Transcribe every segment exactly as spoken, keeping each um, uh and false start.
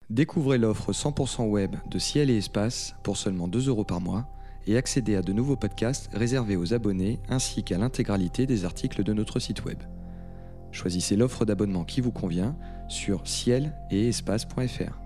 Découvrez l'offre cent pour cent web de Ciel et Espace pour seulement deux euros par mois et accédez à de nouveaux podcasts réservés aux abonnés ainsi qu'à l'intégralité des articles de notre site web. Choisissez l'offre d'abonnement qui vous convient sur ciel et espace point f r.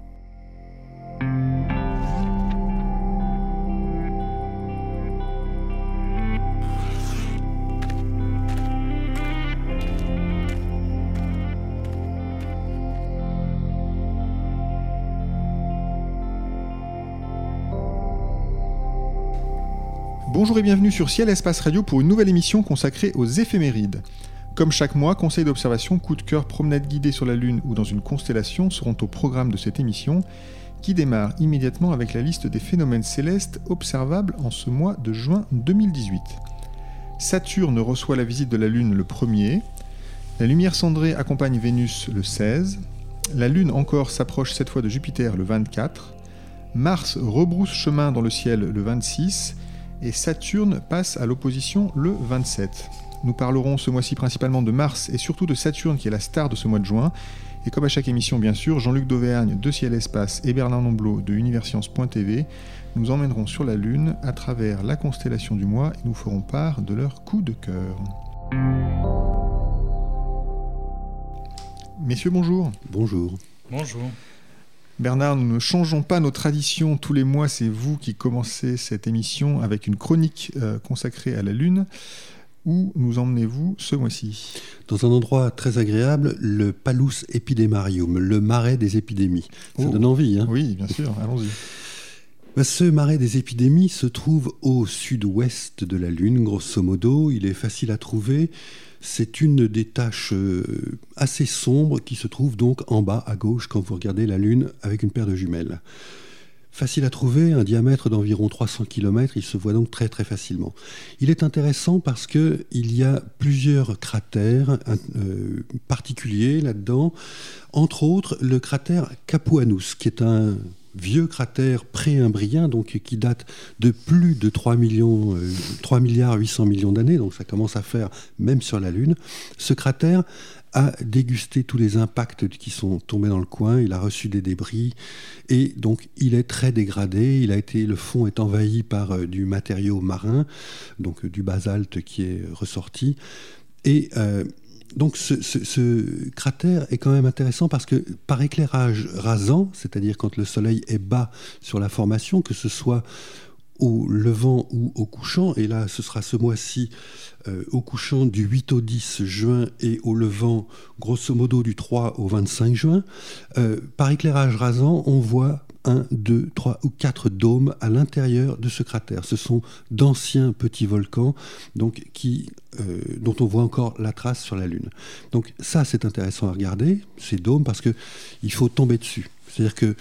Bonjour et bienvenue sur Ciel Espace Radio pour une nouvelle émission consacrée aux éphémérides. Comme chaque mois, conseils d'observation, coup de cœur, promenade guidée sur la Lune ou dans une constellation seront au programme de cette émission qui démarre immédiatement avec la liste des phénomènes célestes observables en ce mois de juin deux mille dix-huit. Saturne reçoit la visite de la Lune le premier, la lumière cendrée accompagne Vénus le seize, la Lune encore s'approche cette fois de Jupiter le vingt-quatre, Mars rebrousse chemin dans le ciel le vingt-six, et Saturne passe à l'opposition le vingt-sept. Nous parlerons ce mois-ci principalement de Mars et surtout de Saturne qui est la star de ce mois de juin. Et comme à chaque émission bien sûr, Jean-Luc Dauvergne de Ciel Espace et Bernard Nomblot de Universcience point t v nous emmèneront sur la Lune à travers la constellation du mois et nous ferons part de leur coup de cœur. Messieurs, bonjour. Bonjour. Bonjour. Bernard, nous ne changeons pas nos traditions. Tous les mois, c'est vous qui commencez cette émission avec une chronique euh, consacrée à la Lune. Où nous emmenez-vous ce mois-ci ? Dans un endroit très agréable, le Palus Epidemarium, le marais des épidémies. Ça oh. donne envie, hein ? Oui, bien sûr, allons-y. Ben, ce marais des épidémies se trouve au sud-ouest de la Lune, grosso modo. Il est facile à trouver. C'est une des taches assez sombres qui se trouve donc en bas à gauche quand vous regardez la Lune avec une paire de jumelles. Facile à trouver, un diamètre d'environ trois cents kilomètres, il se voit donc très très facilement. Il est intéressant parce qu'il y a plusieurs cratères euh, particuliers là-dedans, entre autres le cratère Capuanus, qui est un vieux cratère pré-imbrien, donc qui date de plus de trois millions, euh, trois milliards huit cents millions d'années, donc ça commence à faire même sur la Lune. Ce cratère a dégusté tous les impacts qui sont tombés dans le coin, il a reçu des débris et donc il est très dégradé, il a été, le fond est envahi par euh, du matériau marin, donc euh, du basalte qui est ressorti et euh, donc ce, ce, ce cratère est quand même intéressant parce que par éclairage rasant, c'est-à-dire quand le soleil est bas sur la formation, que ce soit au levant ou au couchant, et là ce sera ce mois-ci euh, au couchant du huit au dix juin et au levant grosso modo du trois au vingt-cinq juin, euh, par éclairage rasant on voit un, deux, trois ou quatre dômes à l'intérieur de ce cratère. Ce sont d'anciens petits volcans donc, qui, euh, dont on voit encore la trace sur la Lune. Donc ça c'est intéressant à regarder, ces dômes, parce qu'il faut tomber dessus. C'est-à-dire que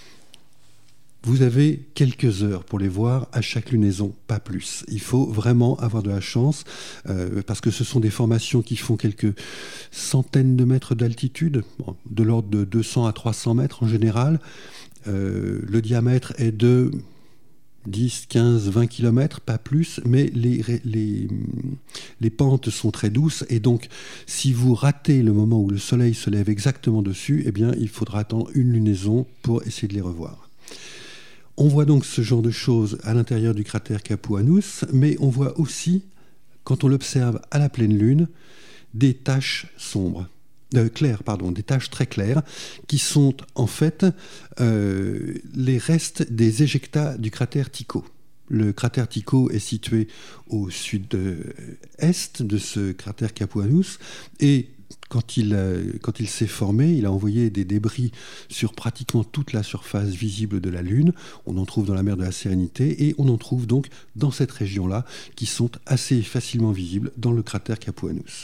vous avez quelques heures pour les voir à chaque lunaison, pas plus. Il faut vraiment avoir de la chance, euh, parce que ce sont des formations qui font quelques centaines de mètres d'altitude, bon, de l'ordre de deux cents à trois cents mètres en général. Euh, le diamètre est de dix, quinze, vingt kilomètres, pas plus, mais les, les, les pentes sont très douces et donc si vous ratez le moment où le soleil se lève exactement dessus, eh bien, il faudra attendre une lunaison pour essayer de les revoir. On voit donc ce genre de choses à l'intérieur du cratère Capuanus, mais on voit aussi, quand on l'observe à la pleine lune, des taches sombres. Euh, claires, pardon, des taches très claires, qui sont en fait euh, les restes des éjectats du cratère Tycho. Le cratère Tycho est situé au sud-est de ce cratère Capuanus, et quand il, euh, quand il s'est formé, il a envoyé des débris sur pratiquement toute la surface visible de la Lune. On en trouve dans la mer de la Sérénité, et on en trouve donc dans cette région-là, qui sont assez facilement visibles dans le cratère Capuanus.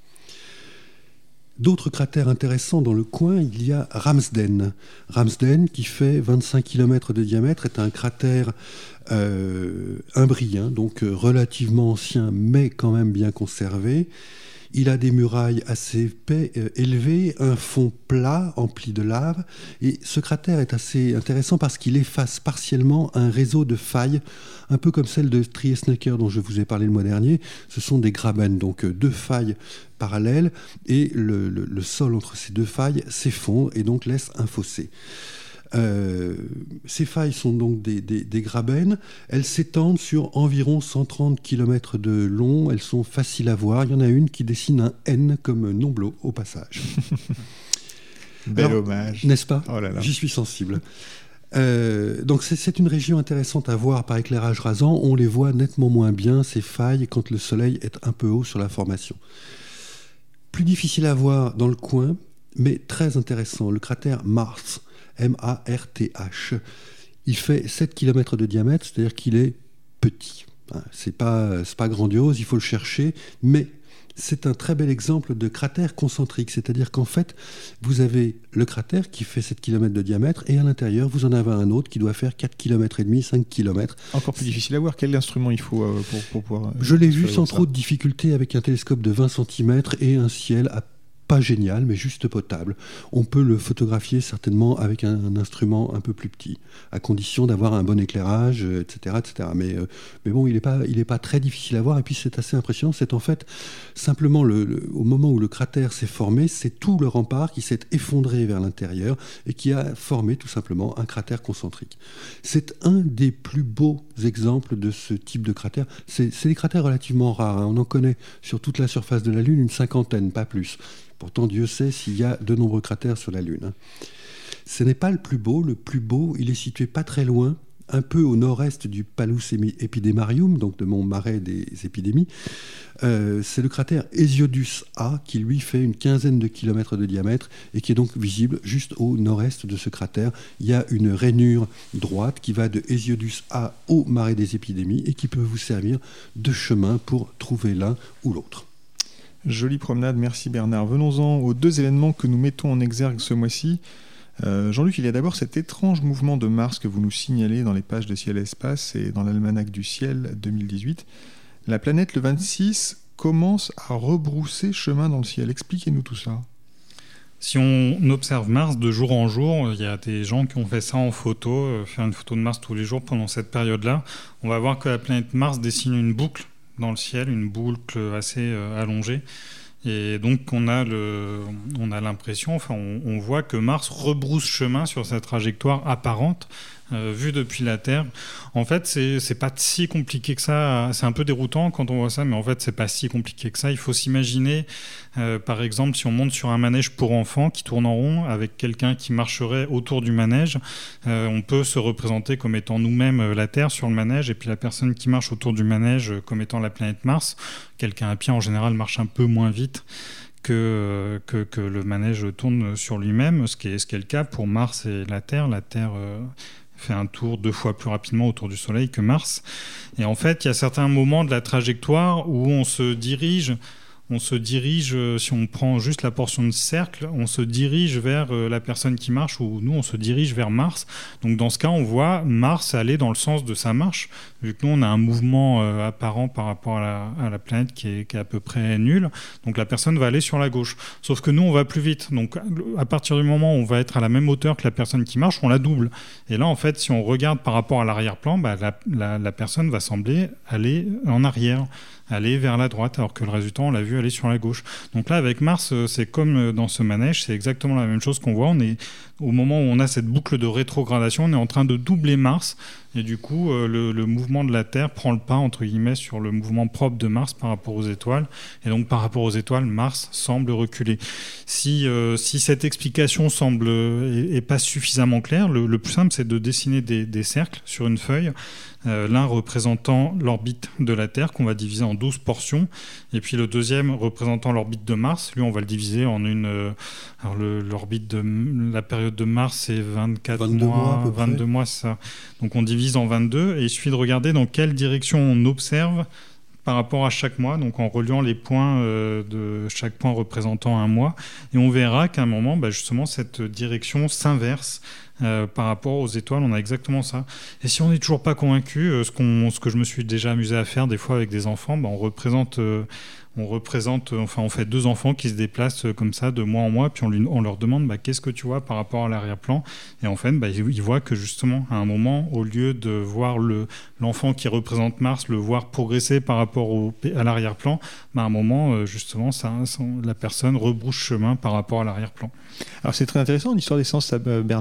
D'autres cratères intéressants dans le coin, il y a Ramsden. Ramsden, qui fait vingt-cinq kilomètres de diamètre, est un cratère euh, imbrien, donc euh, relativement ancien, mais quand même bien conservé. Il a des murailles assez épais, euh, élevées, un fond plat empli de lave. Et ce cratère est assez intéressant parce qu'il efface partiellement un réseau de failles, un peu comme celle de Triesnecker dont je vous ai parlé le mois dernier. Ce sont des grabens, donc euh, deux failles parallèles, et le, le, le sol entre ces deux failles s'effondre et donc laisse un fossé. Euh, ces failles sont donc des, des, des grabènes. Elles s'étendent sur environ cent trente kilomètres de long. Elles sont faciles à voir. Il y en a une qui dessine un N comme Nomblot au passage. Bel Alors, hommage. N'est-ce pas ? Oh là là. J'y suis sensible. Euh, donc c'est, c'est une région intéressante à voir par éclairage rasant. On les voit nettement moins bien, ces failles, quand le soleil est un peu haut sur la formation. Plus difficile à voir dans le coin, mais très intéressant, le cratère Mars. M A R T H. Il fait sept kilomètres de diamètre, c'est-à-dire qu'il est petit. C'est pas, c'est pas grandiose, il faut le chercher, mais c'est un très bel exemple de cratère concentrique, c'est-à-dire qu'en fait, vous avez le cratère qui fait sept kilomètres de diamètre, et à l'intérieur, vous en avez un autre qui doit faire quatre kilomètres et demi, cinq kilomètres. Encore plus difficile à voir. Quel instrument il faut euh, pour, pour pouvoir... Euh, Je l'ai vu sans ça. trop de difficulté avec un télescope de vingt centimètres et un ciel à pas génial, mais juste potable. On peut le photographier certainement avec un, un instrument un peu plus petit, à condition d'avoir un bon éclairage, euh, et cetera, et cetera. Mais, euh, mais bon, il n'est pas, il est pas très difficile à voir. Et puis c'est assez impressionnant. C'est en fait simplement le, le, au moment où le cratère s'est formé, c'est tout le rempart qui s'est effondré vers l'intérieur et qui a formé tout simplement un cratère concentrique. C'est un des plus beaux exemples de ce type de cratère. C'est, c'est des cratères relativement rares. Hein. On en connaît sur toute la surface de la Lune une cinquantaine, pas plus. Pourtant, Dieu sait s'il y a de nombreux cratères sur la Lune. Ce n'est pas le plus beau. Le plus beau, il est situé pas très loin, un peu au nord-est du Palus Epidemarium, donc de mon marais des épidémies. Euh, c'est le cratère Hesiodus A, qui lui fait une quinzaine de kilomètres de diamètre et qui est donc visible juste au nord-est de ce cratère. Il y a une rainure droite qui va de Hesiodus A au marais des épidémies et qui peut vous servir de chemin pour trouver l'un ou l'autre. Jolie promenade, merci Bernard. Venons-en aux deux événements que nous mettons en exergue ce mois-ci. Euh, Jean-Luc, il y a d'abord cet étrange mouvement de Mars que vous nous signalez dans les pages de Ciel et Espace et dans l'Almanach du Ciel deux mille dix-huit. La planète, le vingt-six, commence à rebrousser chemin dans le ciel. Expliquez-nous tout ça. Si on observe Mars de jour en jour, il y a des gens qui ont fait ça en photo, euh, faire une photo de Mars tous les jours pendant cette période-là. On va voir que la planète Mars dessine une boucle dans le ciel, une boucle assez euh, allongée. Et donc on a, le, on a l'impression, enfin on, on voit que Mars rebrousse chemin sur sa trajectoire apparente, euh, vue depuis la Terre. En fait, c'est, c'est pas si compliqué que ça. C'est un peu déroutant quand on voit ça, mais en fait, c'est pas si compliqué que ça. Il faut s'imaginer, euh, par exemple, si on monte sur un manège pour enfants qui tourne en rond avec quelqu'un qui marcherait autour du manège, euh, on peut se représenter comme étant nous-mêmes euh, la Terre sur le manège, et puis la personne qui marche autour du manège euh, comme étant la planète Mars. Quelqu'un à pied, en général, marche un peu moins vite que, que, que le manège tourne sur lui-même, ce qui est, ce qui est le cas pour Mars et la Terre. La Terre euh, fait un tour deux fois plus rapidement autour du Soleil que Mars. Et en fait, il y a certains moments de la trajectoire où on se dirige... On se dirige, si on prend juste la portion de cercle, on se dirige vers la personne qui marche, ou nous, on se dirige vers Mars. Donc dans ce cas, on voit Mars aller dans le sens de sa marche, vu que nous, on a un mouvement euh, apparent par rapport à la, à la planète qui est, qui est à peu près nul. Donc la personne va aller sur la gauche. Sauf que nous, on va plus vite. Donc à partir du moment où on va être à la même hauteur que la personne qui marche, on la double. Et là, en fait, si on regarde par rapport à l'arrière-plan, bah, la, la, la personne va sembler aller en arrière, aller vers la droite, alors que le résultat, on l'a vu aller sur la gauche. Donc là, avec Mars, c'est comme dans ce manège, c'est exactement la même chose qu'on voit. On est, au moment où on a cette boucle de rétrogradation, on est en train de doubler Mars, et du coup, euh, le, le mouvement de la Terre prend le pas, entre guillemets, sur le mouvement propre de Mars par rapport aux étoiles. Et donc, par rapport aux étoiles, Mars semble reculer. Si, euh, si cette explication semble est, est pas suffisamment claire, le, le plus simple, c'est de dessiner des, des cercles sur une feuille, euh, l'un représentant l'orbite de la Terre, qu'on va diviser en douze portions, et puis le deuxième représentant l'orbite de Mars. Lui, on va le diviser en une... Euh, alors, le, l'orbite de... La période de Mars, c'est vingt-quatre mois, mois vingt-deux mois, c'est ça. Donc, on divise en vingt-deux, et il suffit de regarder dans quelle direction on observe par rapport à chaque mois, donc en reliant les points euh, de chaque point représentant un mois, et on verra qu'à un moment, bah, justement, cette direction s'inverse euh, par rapport aux étoiles. On a exactement ça. Et si on n'est toujours pas convaincu, euh, ce, qu'on, ce que je me suis déjà amusé à faire des fois avec des enfants, bah, on représente... Euh, On représente, enfin, on fait deux enfants qui se déplacent comme ça de mois en mois, puis on, lui, on leur demande bah, qu'est-ce que tu vois par rapport à l'arrière-plan. Et en fait, bah, ils, ils voient que justement, à un moment, au lieu de voir le, l'enfant qui représente Mars, le voir progresser par rapport au, à l'arrière-plan, bah, à un moment, justement, ça, ça, la personne rebrousse chemin par rapport à l'arrière-plan. Alors c'est très intéressant l'histoire des sens, ça, Bernard, parce que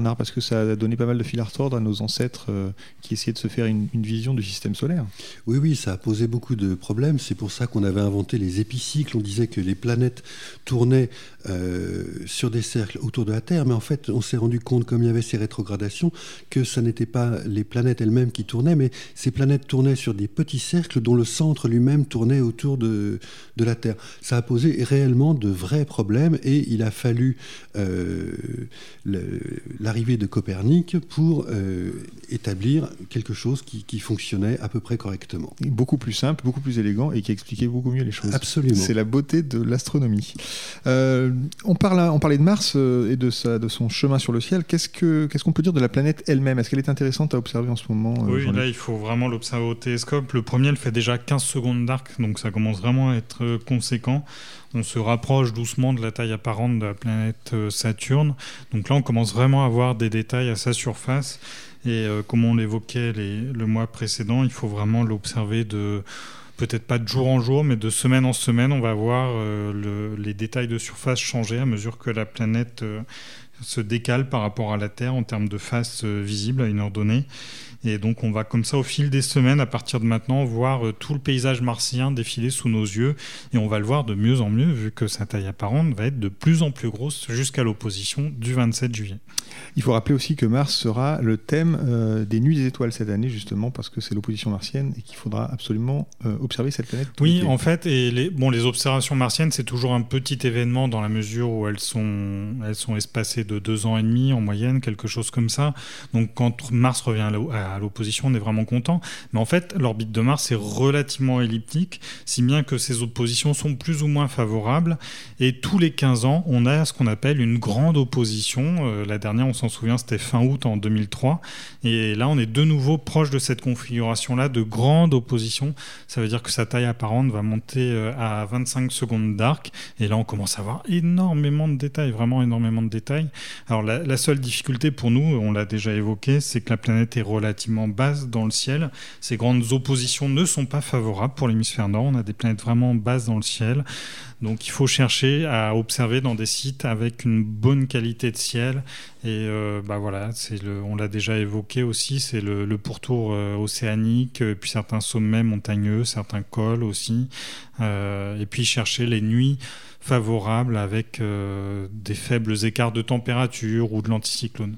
ça a donné pas mal de fil à retordre à nos ancêtres euh, qui essayaient de se faire une, une vision du système solaire. Oui, oui, ça a posé beaucoup de problèmes. C'est pour ça qu'on avait inventé les épicycles. On disait que les planètes tournaient euh, sur des cercles autour de la Terre, mais en fait, on s'est rendu compte, comme il y avait ces rétrogradations, que ça n'était pas les planètes elles-mêmes qui tournaient, mais ces planètes tournaient sur des petits cercles dont le centre lui-même tournait autour de, de la Terre. Ça a posé réellement de vrais problèmes et il a fallu euh, le, l'arrivée de Copernic pour euh, établir quelque chose qui, qui fonctionnait à peu près correctement. Beaucoup plus simple, beaucoup plus élégant et qui expliquait beaucoup mieux les choses. Absolument. C'est la beauté de l'astronomie. Euh, on, parle, on parlait de Mars euh, et de, sa, de son chemin sur le ciel. Qu'est-ce, que, qu'est-ce qu'on peut dire de la planète elle-même ? Est-ce qu'elle est intéressante à observer en ce moment ? euh, Oui, là, il faut vraiment l'observer au télescope. Le premier, elle fait déjà quinze secondes d'arc, donc ça commence vraiment à être conséquent. On se rapproche doucement de la taille apparente de la planète Saturne. Donc là, on commence vraiment à voir des détails à sa surface. Et euh, comme on l'évoquait les, le mois précédent, il faut vraiment l'observer de... peut-être pas de jour en jour, mais de semaine en semaine. On va voir euh, le, les détails de surface changer à mesure que la planète euh, se décale par rapport à la Terre en termes de face euh, visible à une heure donnée. Et donc on va comme ça au fil des semaines, à partir de maintenant, voir euh, tout le paysage martien défiler sous nos yeux. Et on va le voir de mieux en mieux, vu que sa taille apparente va être de plus en plus grosse jusqu'à l'opposition du vingt-sept juillet. Il faut rappeler aussi que Mars sera le thème euh, des Nuits des étoiles cette année, justement, parce que c'est l'opposition martienne et qu'il faudra absolument euh, observer cette planète. Oui, en fait, et les, bon, les observations martiennes, c'est toujours un petit événement dans la mesure où elles sont, elles sont espacées de deux ans et demi en moyenne, quelque chose comme ça. Donc quand Mars revient à l'opposition, on est vraiment content. Mais en fait, l'orbite de Mars est relativement elliptique, si bien que ces oppositions sont plus ou moins favorables. Et tous les quinze ans, on a ce qu'on appelle une grande opposition. Euh, la dernière, on s'en souvient, c'était fin août en deux mille trois. Et là, on est de nouveau proche de cette configuration-là de grande opposition. Ça veut dire que sa taille apparente va monter à vingt-cinq secondes d'arc. Et là, on commence à avoir énormément de détails, vraiment énormément de détails. Alors, la, la seule difficulté pour nous, on l'a déjà évoqué, c'est que la planète est relativement basse dans le ciel. Ces grandes oppositions ne sont pas favorables pour l'hémisphère nord. On a des planètes vraiment basses dans le ciel. Donc il faut chercher à observer dans des sites avec une bonne qualité de ciel. Et euh, bah voilà, c'est le, on l'a déjà évoqué aussi, c'est le, le pourtour euh, océanique, et puis certains sommets montagneux, certains cols aussi. Euh, et puis chercher les nuits favorables avec euh, des faibles écarts de température ou de l'anticyclone.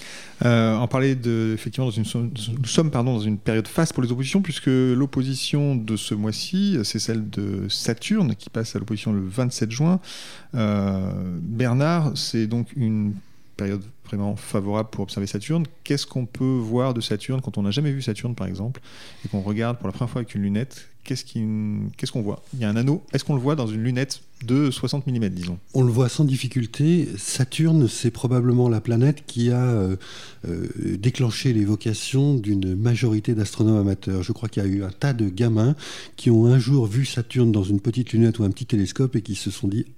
Euh, en parler de, effectivement, dans une, nous sommes pardon, dans une période faste pour les oppositions, puisque l'opposition de ce mois-ci, c'est celle de Saturne, qui passe à l'opposition le vingt-sept juin. Euh, Bernard, c'est donc une période vraiment favorable pour observer Saturne. Qu'est-ce qu'on peut voir de Saturne quand on n'a jamais vu Saturne, par exemple, et qu'on regarde pour la première fois avec une lunette? Qu'est-ce, qui, qu'est-ce qu'on voit? Il y a un anneau. Est-ce qu'on le voit dans une lunette de soixante millimètres, disons? On le voit sans difficulté. Saturne, c'est probablement la planète qui a euh, euh, déclenché l'évocation d'une majorité d'astronomes amateurs. Je crois qu'il y a eu un tas de gamins qui ont un jour vu Saturne dans une petite lunette ou un petit télescope et qui se sont dit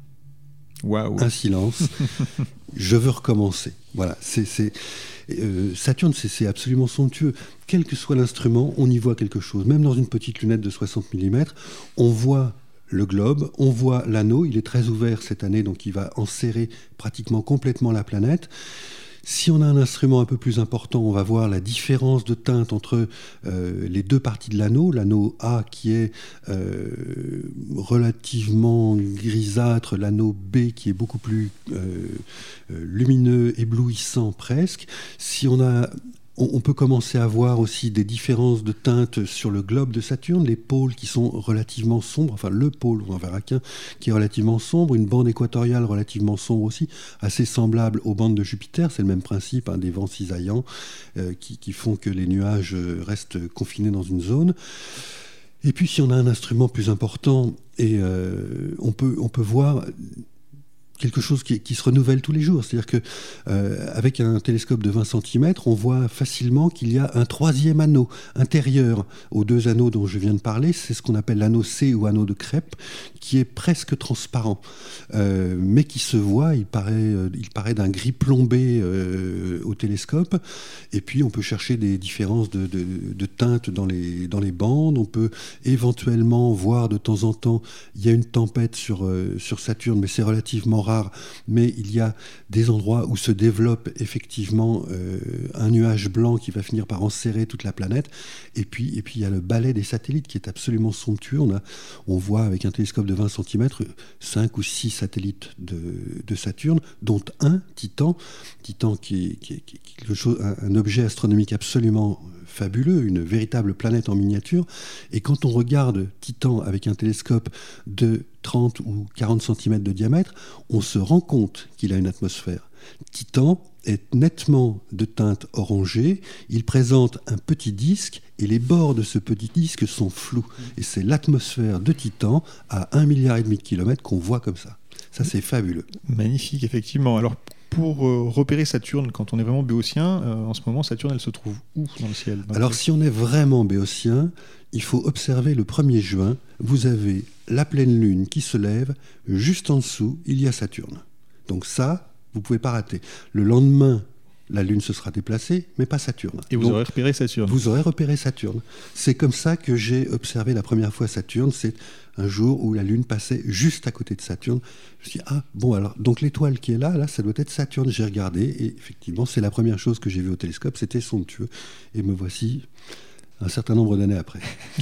waouh, un silence, je veux recommencer. Voilà, c'est... c'est... Euh, Saturne, c'est, c'est absolument somptueux. Quel que soit l'instrument, on y voit quelque chose. Même dans une petite lunette de soixante millimètres, on voit le globe, on voit l'anneau. Il est très ouvert cette année, donc il va enserrer pratiquement complètement la planète. Si on a un instrument un peu plus important, on va voir la différence de teinte entre euh, les deux parties de l'anneau. L'anneau A qui est euh, relativement grisâtre, l'anneau B qui est beaucoup plus euh, lumineux, éblouissant presque. Si on a... On peut commencer à voir aussi des différences de teintes sur le globe de Saturne, les pôles qui sont relativement sombres, enfin le pôle, on en verra qu'un, qui est relativement sombre, une bande équatoriale relativement sombre aussi, assez semblable aux bandes de Jupiter, c'est le même principe, hein, des vents cisaillants euh, qui, qui font que les nuages restent confinés dans une zone. Et puis si on a un instrument plus important, et euh, on peut, on peut voir quelque chose qui, qui se renouvelle tous les jours. C'est-à-dire que euh, avec un télescope de vingt centimètres, on voit facilement qu'il y a un troisième anneau intérieur aux deux anneaux dont je viens de parler. C'est ce qu'on appelle l'anneau C ou anneau de crêpe, qui est presque transparent, euh, mais qui se voit. Il paraît, euh, il paraît d'un gris plombé euh, au télescope. Et puis, on peut chercher des différences de, de, de teintes dans les, dans les bandes. On peut éventuellement voir de temps en temps, il y a une tempête sur, euh, sur Saturne, mais c'est relativement rare, mais il y a des endroits où se développe effectivement euh, un nuage blanc qui va finir par enserrer toute la planète. Et puis, et puis il y a le balai des satellites qui est absolument somptueux. On, a, on voit avec un télescope de vingt centimètres cinq ou six satellites de, de Saturne, dont un, Titan, Titan qui est, qui est, qui est quelque chose, un, un objet astronomique absolument fabuleux, une véritable planète en miniature. Et quand on regarde Titan avec un télescope de trente ou quarante centimètres de diamètre, on se rend compte qu'il a une atmosphère. Titan est nettement de teinte orangée, il présente un petit disque et les bords de ce petit disque sont flous. Et c'est l'atmosphère de Titan à un milliard et demi de kilomètres qu'on voit comme ça. Ça, c'est fabuleux. Magnifique, effectivement. Alors, pour euh, repérer Saturne, quand on est vraiment béotien, euh, en ce moment, Saturne, elle se trouve où dans le ciel dans Alors, le... si on est vraiment béotien, il faut observer le premier juin. Vous avez la pleine lune qui se lève. Juste en dessous, il y a Saturne. Donc ça, vous ne pouvez pas rater. Le lendemain, la lune se sera déplacée, mais pas Saturne. Et vous Donc, aurez repéré Saturne. Vous aurez repéré Saturne. C'est comme ça que j'ai observé la première fois Saturne. C'est un jour où la lune passait juste à côté de Saturne. Je me suis dit, ah, bon, alors, donc l'étoile qui est là, là, ça doit être Saturne. J'ai regardé, et effectivement, c'est la première chose que j'ai vue au télescope. C'était somptueux. Et me voici un certain nombre d'années après.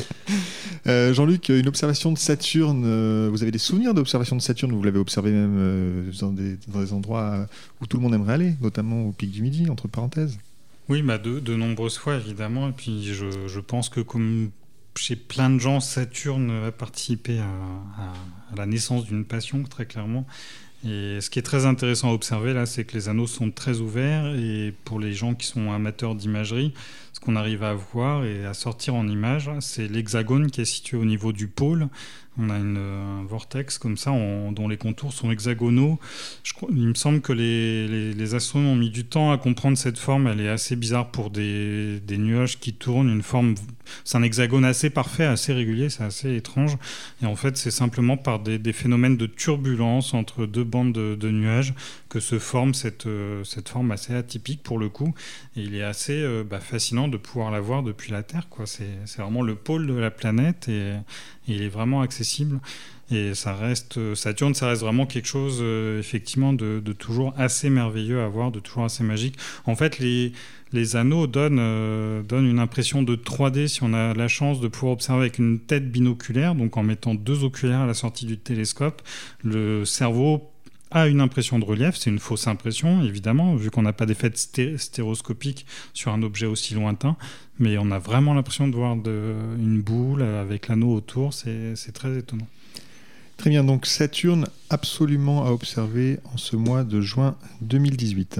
euh, Jean-Luc, une observation de Saturne, euh, vous avez des souvenirs d'observation de Saturne? Vous l'avez observé même euh, dans, des, dans des endroits où tout le monde aimerait aller, notamment au pic du Midi, entre parenthèses. Oui, bah de, de nombreuses fois, évidemment. Et puis, je, je pense que comme chez plein de gens, Saturne a participé à, à, à la naissance d'une passion, très clairement. Et ce qui est très intéressant à observer, là, c'est que les anneaux sont très ouverts. Et pour les gens qui sont amateurs d'imagerie, ce qu'on arrive à voir et à sortir en image, c'est l'hexagone qui est situé au niveau du pôle. On a une, un vortex comme ça, on, dont les contours sont hexagonaux. Je, il me semble que les, les, les astronomes ont mis du temps à comprendre cette forme. Elle est assez bizarre pour des, des nuages qui tournent. Une forme, c'est un hexagone assez parfait, assez régulier, c'est assez étrange. Et en fait, c'est simplement par des, des phénomènes de turbulence entre deux bandes de, de nuages que se forme cette, cette forme assez atypique pour le coup. Et il est assez euh, bah, fascinant de pouvoir la voir depuis la Terre, quoi. C'est, c'est vraiment le pôle de la planète et, et il est vraiment accessible. Et ça reste, Saturne, ça reste vraiment quelque chose euh, effectivement de, de toujours assez merveilleux à voir, de toujours assez magique. En fait, les, les anneaux donnent, euh, donnent une impression de trois D si on a la chance de pouvoir observer avec une tête binoculaire, donc en mettant deux oculaires à la sortie du télescope. Le cerveau a une impression de relief, c'est une fausse impression évidemment, vu qu'on n'a pas d'effet sté- stéroscopique sur un objet aussi lointain, mais on a vraiment l'impression de voir de, une boule avec l'anneau autour, c'est, c'est très étonnant. Très bien, donc Saturne absolument à observer en ce mois de juin deux mille dix-huit.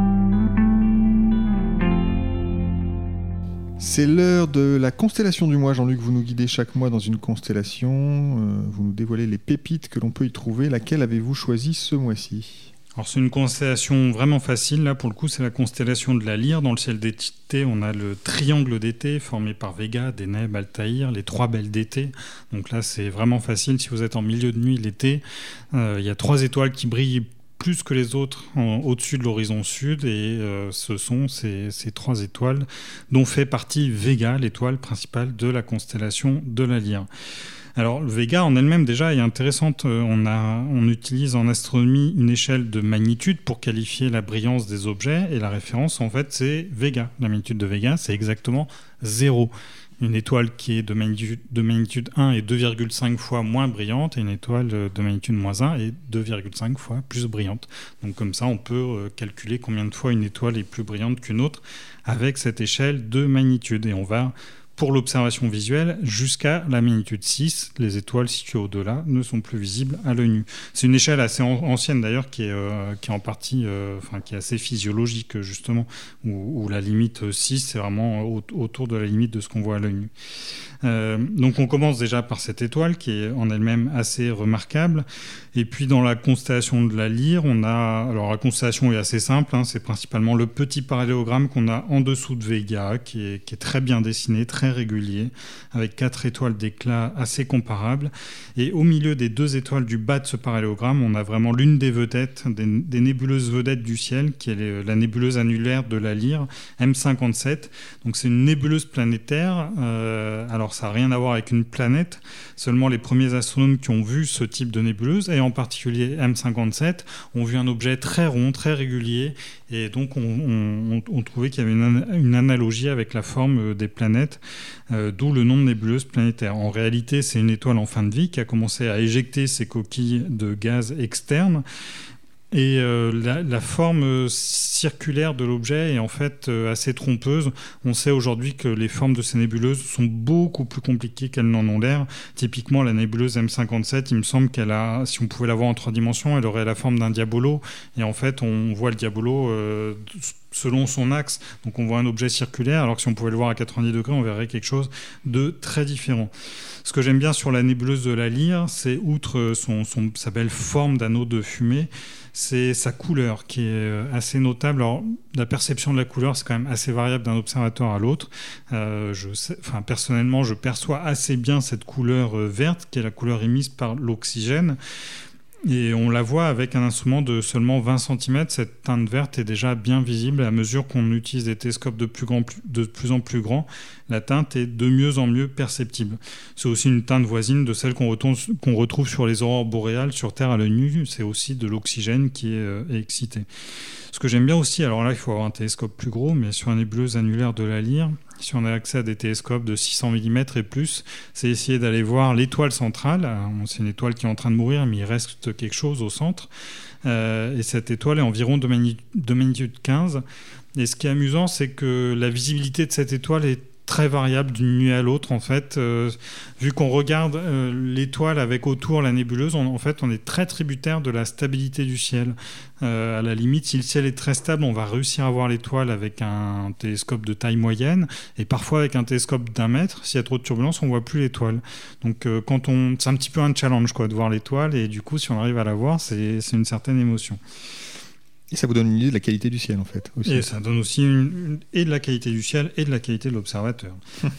C'est l'heure de la constellation du mois. Jean-Luc, vous nous guidez chaque mois dans une constellation, euh, vous nous dévoilez les pépites que l'on peut y trouver. Laquelle avez-vous choisi ce mois-ci ? Alors c'est une constellation vraiment facile, là pour le coup c'est la constellation de la Lyre. Dans le ciel d'été on a le triangle d'été formé par Vega, Deneb, Altaïr, les trois belles d'été. Donc là c'est vraiment facile, si vous êtes en milieu de nuit l'été, euh, il y a trois étoiles qui brillent plus que les autres en, au-dessus de l'horizon sud et euh, ce sont ces, ces trois étoiles dont fait partie Vega, l'étoile principale de la constellation de la Lyre. Alors, le Vega en elle-même, déjà, est intéressante. On, a, on utilise en astronomie une échelle de magnitude pour qualifier la brillance des objets. Et la référence, en fait, c'est Vega. La magnitude de Vega, c'est exactement zéro. Une étoile qui est de magnitude, de magnitude un est deux virgule cinq fois moins brillante et une étoile de magnitude moins un est deux virgule cinq fois plus brillante. Donc comme ça, on peut calculer combien de fois une étoile est plus brillante qu'une autre avec cette échelle de magnitude. Et on va, pour l'observation visuelle, jusqu'à la magnitude six, les étoiles situées au-delà ne sont plus visibles à l'œil nu. C'est une échelle assez an- ancienne d'ailleurs, qui est, euh, qui est en partie, euh, enfin, qui est assez physiologique justement, où, où la limite six, c'est vraiment au- autour de la limite de ce qu'on voit à l'œil nu. Euh, donc on commence déjà par cette étoile qui est en elle-même assez remarquable. Et puis dans la constellation de la Lyre, on a, alors la constellation est assez simple, hein, c'est principalement le petit parallélogramme qu'on a en dessous de Vega, qui est, qui est très bien dessiné, très très régulier, avec quatre étoiles d'éclat assez comparables. Et au milieu des deux étoiles du bas de ce parallélogramme, on a vraiment l'une des vedettes, des, des nébuleuses vedettes du ciel, qui est la nébuleuse annulaire de la Lyre, M cinquante-sept. Donc c'est une nébuleuse planétaire. Euh, alors ça n'a rien à voir avec une planète. Seulement les premiers astronomes qui ont vu ce type de nébuleuse, et en particulier M cinquante-sept, ont vu un objet très rond, très régulier. Et donc on, on, on trouvait qu'il y avait une, une analogie avec la forme des planètes, euh, d'où le nom de nébuleuse planétaire. En réalité, c'est une étoile en fin de vie qui a commencé à éjecter ses coquilles de gaz externes. Et euh, la, la forme circulaire de l'objet est en fait euh, assez trompeuse. On sait aujourd'hui que les formes de ces nébuleuses sont beaucoup plus compliquées qu'elles n'en ont l'air. Typiquement, la nébuleuse M cinquante-sept, il me semble qu'elle a, si on pouvait la voir en trois dimensions, elle aurait la forme d'un diabolo. Et en fait, on voit le diabolo euh, selon son axe. Donc on voit un objet circulaire, alors que si on pouvait le voir à quatre-vingt-dix degrés, on verrait quelque chose de très différent. Ce que j'aime bien sur la nébuleuse de la Lyre, c'est outre son, son, sa belle forme d'anneau de fumée, c'est sa couleur qui est assez notable. Alors, la perception de la couleur, c'est quand même assez variable d'un observateur à l'autre. Euh, je sais, enfin, personnellement, je perçois assez bien cette couleur verte, qui est la couleur émise par l'oxygène. Et on la voit avec un instrument de seulement vingt centimètres. Cette teinte verte est déjà bien visible. À mesure qu'on utilise des télescopes de plus, grand, de plus en plus grands, la teinte est de mieux en mieux perceptible. C'est aussi une teinte voisine de celle qu'on retrouve, qu'on retrouve sur les aurores boréales sur Terre à l'œil nu. C'est aussi de l'oxygène qui est, euh, est excité. Ce que j'aime bien aussi, alors là il faut avoir un télescope plus gros, mais sur la nébuleuse annulaire de la Lyre, si on a accès à des télescopes de six cents millimètres et plus, c'est essayer d'aller voir l'étoile centrale. C'est une étoile qui est en train de mourir, mais il reste quelque chose au centre. Euh, et cette étoile est environ de magnitude quinze. Et ce qui est amusant, c'est que la visibilité de cette étoile est très variable d'une nuit à l'autre en fait. Euh, vu qu'on regarde euh, l'étoile avec autour la nébuleuse, on, en fait on est très tributaire de la stabilité du ciel. Euh, à la limite, si le ciel est très stable, on va réussir à voir l'étoile avec un télescope de taille moyenne, et parfois avec un télescope d'un mètre. S'il y a trop de turbulence, on voit plus l'étoile. Donc euh, quand on, c'est un petit peu un challenge quoi, de voir l'étoile, et du coup si on arrive à la voir, c'est, c'est une certaine émotion. Et ça vous donne une idée de la qualité du ciel, en fait. Aussi. Et ça donne aussi une, une, et de la qualité du ciel et de la qualité de l'observateur.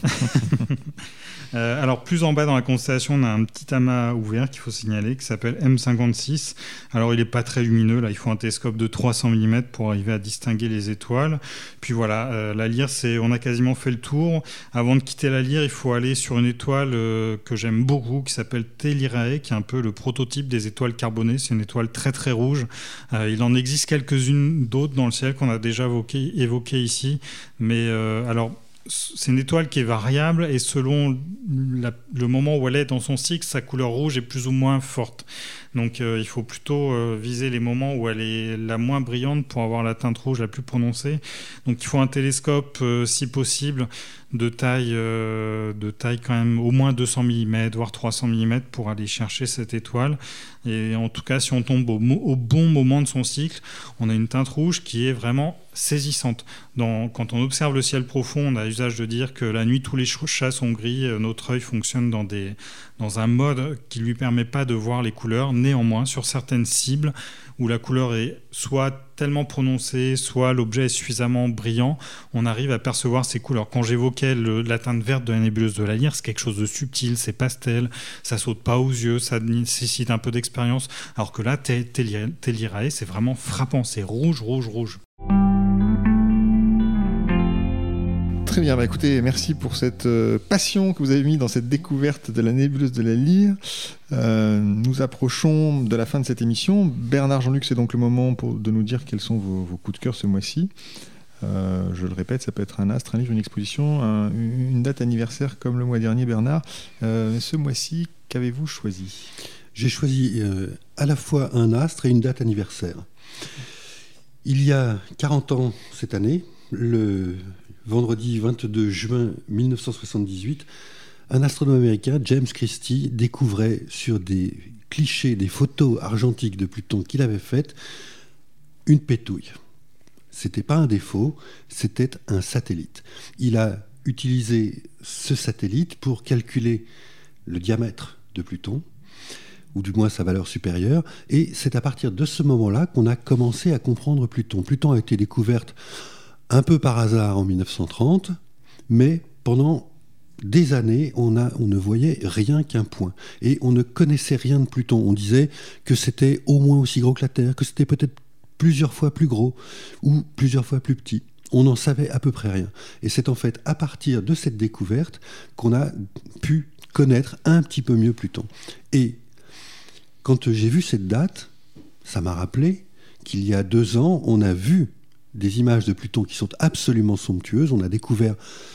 euh, alors, plus en bas dans la constellation, on a un petit amas ouvert qu'il faut signaler, qui s'appelle M cinquante-six. Alors, il n'est pas très lumineux. Là, il faut un télescope de trois cents millimètres pour arriver à distinguer les étoiles. Puis voilà, euh, la Lyre, c'est, on a quasiment fait le tour. Avant de quitter la Lyre, il faut aller sur une étoile euh, que j'aime beaucoup, qui s'appelle T Lyrae, qui est un peu le prototype des étoiles carbonées. C'est une étoile très, très rouge. Euh, il en existe quelques quelques-unes d'autres dans le ciel qu'on a déjà évoquées évoqué ici. Mais euh, alors, c'est une étoile qui est variable et selon la, le moment où elle est dans son cycle, sa couleur rouge est plus ou moins forte. Donc euh, il faut plutôt euh, viser les moments où elle est la moins brillante pour avoir la teinte rouge la plus prononcée. Donc il faut un télescope, euh, si possible, de taille, euh, de taille quand même au moins deux cents millimètres, voire trois cents millimètres pour aller chercher cette étoile. Et en tout cas, si on tombe au, au bon moment de son cycle, on a une teinte rouge qui est vraiment saisissante. Dans, quand on observe le ciel profond, on a l'usage de dire que la nuit, tous les chats sont gris. Notre œil fonctionne dans, des, dans un mode qui ne lui permet pas de voir les couleurs. Néanmoins, sur certaines cibles où la couleur est soit tellement prononcée, soit l'objet est suffisamment brillant, on arrive à percevoir ces couleurs. Quand j'évoquais le, la teinte verte de la nébuleuse de la Lyre, c'est quelque chose de subtil, c'est pastel, ça saute pas aux yeux, ça nécessite un peu d'expérience, alors que là, T Lyrae, c'est vraiment frappant, c'est rouge, rouge, rouge. Très bien, bah écoutez, merci pour cette euh, passion que vous avez mis dans cette découverte de la nébuleuse de la Lyre. Euh, nous approchons de la fin de cette émission. Bernard Jean-Luc, c'est donc le moment pour, de nous dire quels sont vos, vos coups de cœur ce mois-ci. Euh, je le répète, ça peut être un astre, un livre, une exposition, un, une date anniversaire comme le mois dernier, Bernard. Euh, ce mois-ci, qu'avez-vous choisi ? J'ai choisi euh, à la fois un astre et une date anniversaire. Il y a quarante ans cette année, le vendredi vingt-deux juin mille neuf cent soixante-dix-huit, un astronome américain, James Christie, découvrait sur des clichés, des photos argentiques de Pluton qu'il avait faites, une pétouille. C'était pas un défaut, c'était un satellite. Il a utilisé ce satellite pour calculer le diamètre de Pluton, ou du moins sa valeur supérieure, et c'est à partir de ce moment-là qu'on a commencé à comprendre Pluton. Pluton a été découverte un peu par hasard en mille neuf cent trente, mais pendant des années, on, a, on ne voyait rien qu'un point. Et on ne connaissait rien de Pluton. On disait que c'était au moins aussi gros que la Terre, que c'était peut-être plusieurs fois plus gros ou plusieurs fois plus petit. On n'en savait à peu près rien. Et c'est en fait à partir de cette découverte qu'on a pu connaître un petit peu mieux Pluton. Et quand j'ai vu cette date, ça m'a rappelé qu'il y a deux ans, on a vu des images de Pluton qui sont absolument somptueuses. On a découvert,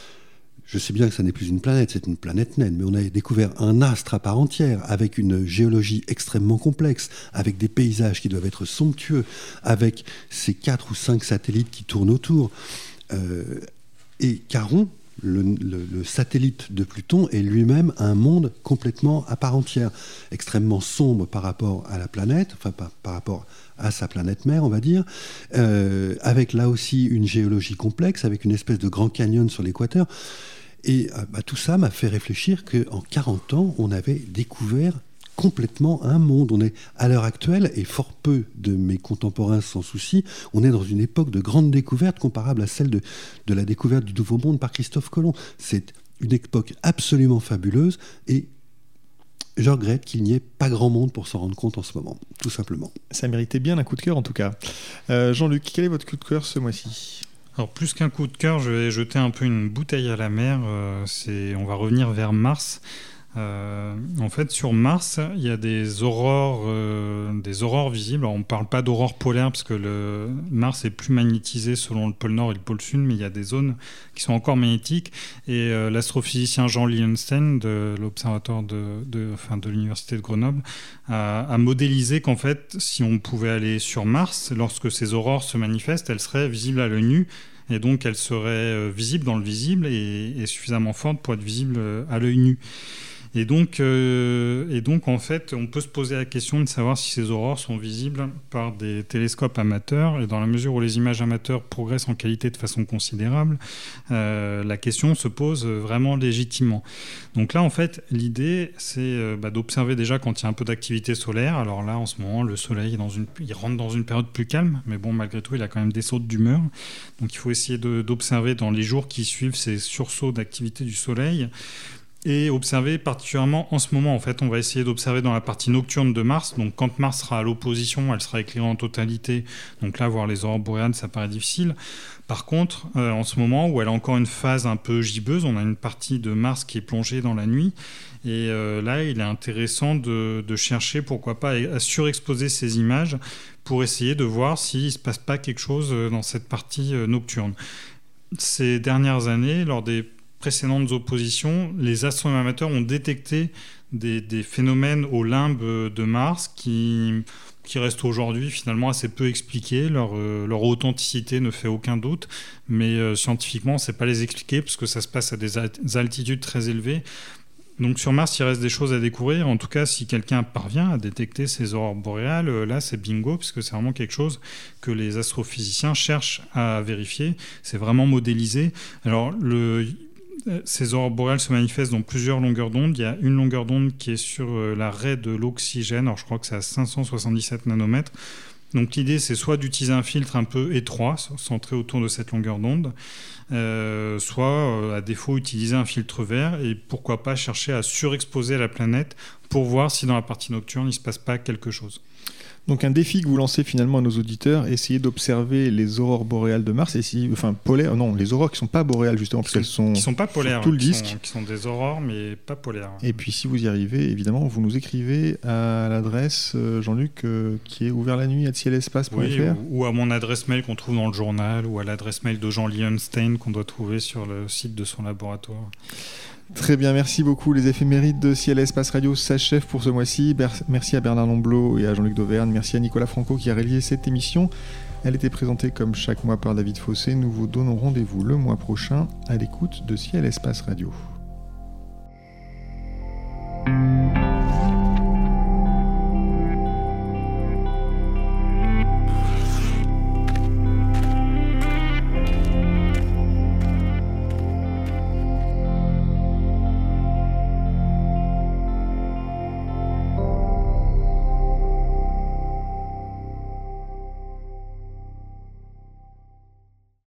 je sais bien que ça n'est plus une planète, c'est une planète naine, mais on a découvert un astre à part entière, avec une géologie extrêmement complexe, avec des paysages qui doivent être somptueux, avec ces quatre ou cinq satellites qui tournent autour. Euh, et Charon, le, le, le satellite de Pluton, est lui-même un monde complètement à part entière, extrêmement sombre par rapport à la planète, enfin par, par rapport à sa planète mère, on va dire, euh, avec là aussi une géologie complexe, avec une espèce de grand canyon sur l'équateur. Et euh, bah, tout ça m'a fait réfléchir qu'en quarante ans, on avait découvert complètement un monde. On est, à l'heure actuelle, et fort peu de mes contemporains s'en soucient, on est dans une époque de grande découverte comparable à celle de, de la découverte du Nouveau Monde par Christophe Colomb. C'est une époque absolument fabuleuse et je regrette qu'il n'y ait pas grand monde pour s'en rendre compte en ce moment, tout simplement. Ça méritait bien un coup de cœur en tout cas. Euh, Jean-Luc, quel est votre coup de cœur ce mois-ci ? Alors plus qu'un coup de cœur, je vais jeter un peu une bouteille à la mer. Euh, c'est, on va revenir vers Mars. Euh, en fait, sur Mars, il y a des aurores, euh, des aurores visibles. Alors, on ne parle pas d'aurore polaire parce que le Mars est plus magnétisé selon le pôle Nord et le pôle Sud, mais il y a des zones qui sont encore magnétiques. Et euh, l'astrophysicien Jean Lilienstein de l'observatoire de, de, enfin, de l'université de Grenoble a, a modélisé qu'en fait, si on pouvait aller sur Mars, lorsque ces aurores se manifestent, elles seraient visibles à l'œil nu. Et donc, elles seraient visibles dans le visible et, et suffisamment fortes pour être visibles à l'œil nu. Et donc, euh, et donc, en fait, on peut se poser la question de savoir si ces aurores sont visibles par des télescopes amateurs. Et dans la mesure où les images amateurs progressent en qualité de façon considérable, euh, la question se pose vraiment légitimement. Donc là, en fait, l'idée, c'est euh, bah, d'observer déjà quand il y a un peu d'activité solaire. Alors là, en ce moment, le soleil est dans une, il rentre dans une période plus calme, mais bon, malgré tout, il a quand même des sautes d'humeur. Donc il faut essayer de, d'observer dans les jours qui suivent ces sursauts d'activité du soleil. Et observer particulièrement en ce moment. En fait, on va essayer d'observer dans la partie nocturne de Mars. Donc, quand Mars sera à l'opposition, elle sera éclairée en totalité. Donc là, voir les aurores boréales, ça paraît difficile. Par contre, euh, en ce moment où elle a encore une phase un peu gibbeuse, on a une partie de Mars qui est plongée dans la nuit. Et euh, là, il est intéressant de, de chercher, pourquoi pas, à surexposer ces images pour essayer de voir s'il ne se passe pas quelque chose dans cette partie euh, nocturne. Ces dernières années, lors des précédentes oppositions, les astronomes amateurs ont détecté des, des phénomènes au limbe de Mars qui, qui restent aujourd'hui finalement assez peu expliqués. Leur, euh, leur authenticité ne fait aucun doute, mais euh, scientifiquement, on ne sait pas les expliquer parce que ça se passe à des altitudes très élevées. Donc sur Mars, il reste des choses à découvrir. En tout cas, si quelqu'un parvient à détecter ces aurores boréales, là, c'est bingo, parce que c'est vraiment quelque chose que les astrophysiciens cherchent à vérifier. C'est vraiment modélisé. Alors, le... ces aurores boréales se manifestent dans plusieurs longueurs d'onde. Il y a une longueur d'onde qui est sur la raie de l'oxygène. Alors, je crois que c'est à cinq cent soixante-dix-sept nanomètres. Donc l'idée, c'est soit d'utiliser un filtre un peu étroit, centré autour de cette longueur d'onde, euh, soit, euh, à défaut, utiliser un filtre vert et pourquoi pas chercher à surexposer la planète pour voir si dans la partie nocturne, il ne se passe pas quelque chose. Donc un défi que vous lancez finalement à nos auditeurs, essayez d'observer les aurores boréales de Mars, essayez, enfin polaires, non, les aurores qui ne sont pas boréales justement, parce qu'elles sont, qui sont pas polaires, tout le qui disque. Sont, qui sont des aurores, mais pas polaires. Et puis si vous y arrivez, évidemment, vous nous écrivez à l'adresse euh, Jean-Luc euh, qui est ouvert la nuit à ciel espace point f r. Oui, ou, ou à mon adresse mail qu'on trouve dans le journal, ou à l'adresse mail de Jean Lilienstein qu'on doit trouver sur le site de son laboratoire. Très bien, merci beaucoup. Les éphémérides de Ciel et Espace Radio s'achèvent pour ce mois-ci. Merci à Bernard Lomblot et à Jean-Luc Dauvergne. Merci à Nicolas Franco qui a réalisé cette émission. Elle était présentée comme chaque mois par David Fossé. Nous vous donnons rendez-vous le mois prochain à l'écoute de Ciel et Espace Radio.